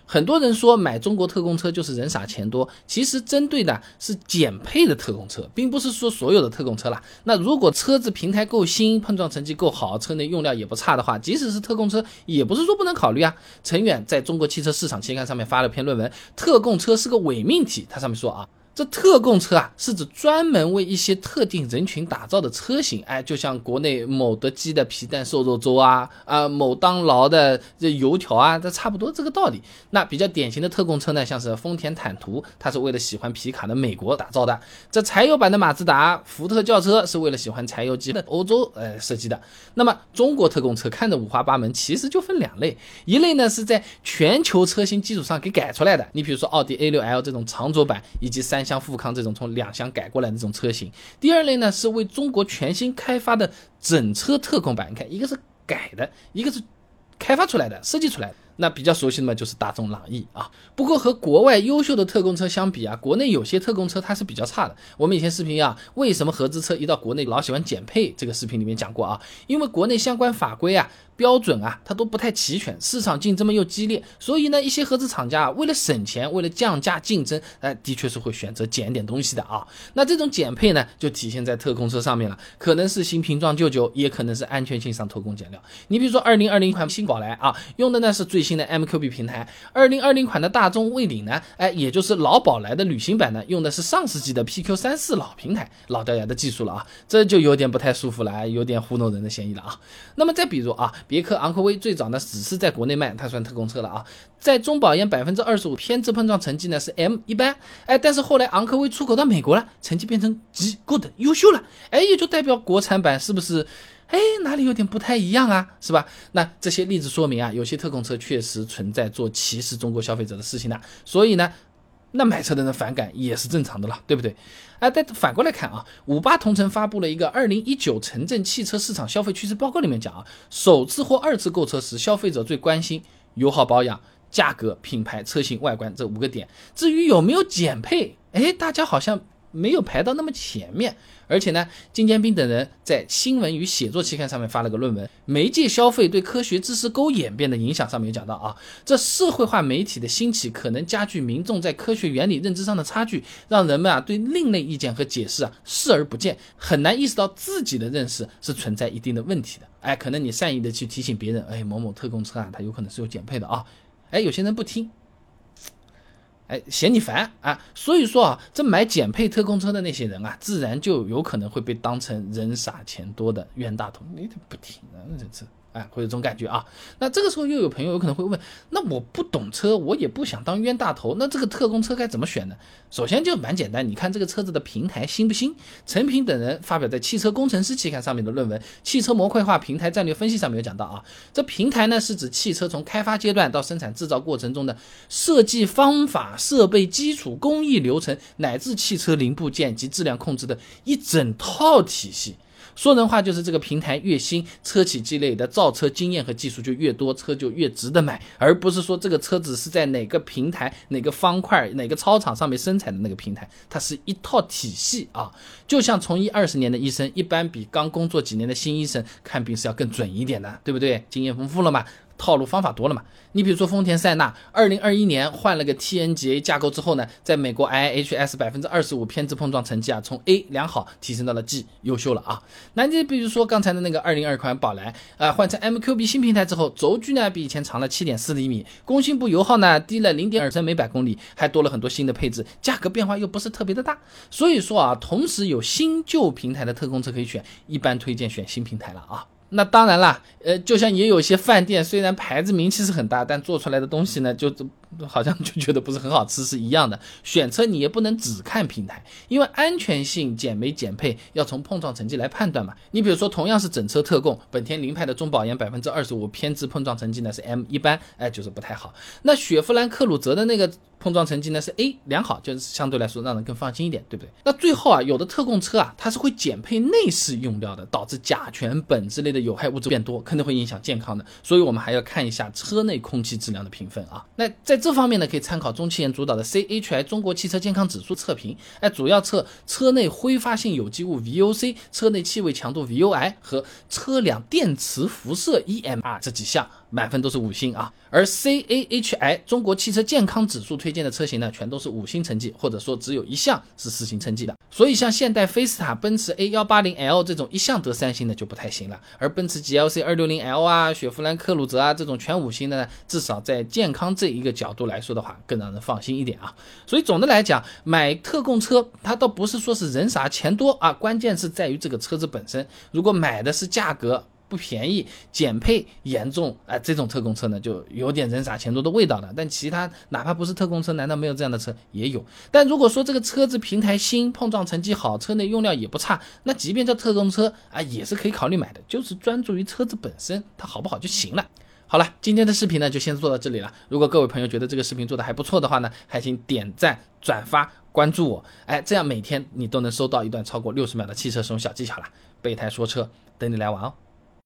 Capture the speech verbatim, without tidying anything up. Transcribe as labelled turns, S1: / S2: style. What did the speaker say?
S1: 很多人说买中国特供车就是人傻钱多，其实针对的是减配的特供车，并不是说所有的特供车啦。那如果车子平台够新，碰撞成绩够好，车内用料也不差的话，即使是特供车也不是说不能考虑啊。陈远在中国汽车市场期刊上面发了篇论文，特供车是个伪命题，他上面说啊，这特供车啊，是指专门为一些特定人群打造的车型，哎，就像国内某德基的皮蛋瘦肉粥啊，啊，某当劳的这油条啊，这差不多这个道理。那比较典型的特供车呢，像是丰田坦途，它是为了喜欢皮卡的美国打造的；这柴油版的马自达、福特轿车是为了喜欢柴油机的欧洲呃设计的。那么中国特供车看着五花八门，其实就分两类，一类呢是在全球车型基础上给改出来的，你比如说奥迪 A 六 L 这种长轴版，以及三厢富康这种从两厢改过来的这种车型。第二类呢是为中国全新开发的整车特供版，你看一个是改的，一个是开发出来的设计出来的。那比较熟悉的嘛就是大众朗逸啊。不过和国外优秀的特供车相比啊，国内有些特供车它是比较差的。我们以前视频啊，为什么合资车一到国内老喜欢减配，这个视频里面讲过啊，因为国内相关法规啊标准啊它都不太齐全，市场竞争又激烈，所以呢一些合资厂家、啊、为了省钱，为了降价竞争，呃的确是会选择减点东西的啊。那这种减配呢就体现在特供车上面了，可能是新瓶装旧酒，也可能是安全性上偷工减料。你比如说二零二零款新宝来啊，用的呢是最新的 M Q B 平台，二零二零款的大众蔚领呢，哎，也就是老宝来的旅行版呢，用的是上世纪的 P Q 三十四 老平台，老掉牙的技术了啊，这就有点不太舒服了，有点糊弄人的嫌疑了啊。那么再比如啊，别克昂科威最早呢只是在国内卖，它算特供车了啊，在中保研 百分之二十五 偏置碰撞成绩呢是 M 一般，哎，但是后来昂科威出口到美国了，成绩变成 G good 优秀了，哎，也就代表国产版是不是哎，哪里有点不太一样啊，是吧？那这些例子说明啊，有些特供车确实存在做歧视中国消费者的事情的，所以呢，那买车的人反感也是正常的了，对不对？啊，但反过来看啊，五八同城发布了一个二零一九城镇汽车市场消费趋势报告，里面讲啊，首次或二次购车时，消费者最关心油耗保养、价格、品牌、车型、外观这五个点。至于有没有减配，哎，大家好像没有排到那么前面。而且呢，金坚斌等人在新闻与写作期刊上面发了个论文，媒介消费对科学知识沟演变的影响，上面有讲到啊，这社会化媒体的兴起可能加剧民众在科学原理认知上的差距，让人们啊对另类意见和解释啊视而不见，很难意识到自己的认识是存在一定的问题的。哎，可能你善意的去提醒别人，哎，某某特供车啊，它有可能是有减配的啊，哎，有些人不听。哎，嫌你烦啊，所以说啊，这买减配特供车的那些人啊，自然就有可能会被当成人傻钱多的冤大头，你不听啊，这这。哎，会有这种感觉啊。那这个时候又有朋友有可能会问，那我不懂车，我也不想当冤大头，那这个特供车该怎么选呢？首先就蛮简单，你看这个车子的平台新不新？陈平等人发表在汽车工程师期刊上面的论文《汽车模块化平台战略分析》上面有讲到啊，这平台呢是指汽车从开发阶段到生产制造过程中的设计方法、设备基础、工艺流程，乃至汽车零部件及质量控制的一整套体系。说人话就是这个平台越新，车企积累的造车经验和技术就越多，车就越值得买，而不是说这个车子是在哪个平台、哪个方块、哪个操场上面生产的那个平台，它是一套体系啊。就像从医二十年的医生，一般比刚工作几年的新医生看病是要更准一点的，对不对？经验丰富了嘛，套路方法多了嘛。你比如说丰田塞纳二零二一年换了个 T N G A 架构之后呢，在美国 I I H S 百分之二十五 偏置碰撞成绩啊，从 A 良好提升到了 G 优秀了啊。那你比如说刚才的那个二零二款宝来啊，换成 M Q B 新平台之后，轴距呢比以前长了 七点四厘米，工信部油耗呢低了 零点二升每百公里，还多了很多新的配置，价格变化又不是特别的大。所以说啊，同时有新旧平台的特供车可以选，一般推荐选新平台了啊。那当然啦，呃，就像也有些饭店，虽然牌子名气是很大，但做出来的东西呢，就好像就觉得不是很好吃是一样的。选车你也不能只看平台，因为安全性、减没减配要从碰撞成绩来判断嘛。你比如说，同样是整车特供，本田凌派的中保研 百分之二十五 偏置碰撞成绩呢是 M 一般，哎，就是不太好。那雪佛兰科鲁泽的那个碰撞成绩呢是 A 良好，就是相对来说让人更放心一点，对不对？那最后啊，有的特供车啊，它是会减配内饰用料的，导致甲醛、苯之类的有害物质变多，可能会影响健康的。所以我们还要看一下车内空气质量的评分啊。那在这方面呢，可以参考中汽研主导的 C H I 中国汽车健康指数测评，哎，主要测车内挥发性有机物 V O C、车内气味强度 V O I 和车辆电磁辐射 E M R 这几项。 满分都是五星啊。而 C A H I 中国汽车健康指数推荐的车型呢，全都是五星成绩，或者说只有一项是四星成绩的。所以像现代菲斯塔、奔驰 A 一八零 L 这种一项得三星的就不太行了，而奔驰 G L C 二六零 L 啊、雪佛兰科鲁泽啊这种全五星的呢，至少在健康这一个角度来说的话，更让人放心一点啊。所以总的来讲，买特供车它倒不是说是人傻钱多啊，关键是在于这个车子本身。如果买的是价格不便宜、减配严重啊、呃，这种特供车呢，就有点人傻钱多的味道了。但其他哪怕不是特供车，难道没有这样的车？也有。但如果说这个车子平台新、碰撞成绩好、车内用料也不差，那即便叫特供车啊，也是可以考虑买的，就是专注于车子本身它好不好就行了。好了，今天的视频呢就先做到这里了。如果各位朋友觉得这个视频做的还不错的话呢，还请点赞、转发、关注我，哎，这样每天你都能收到一段超过六十秒的汽车使用小技巧了。备胎说车，等你来玩哦。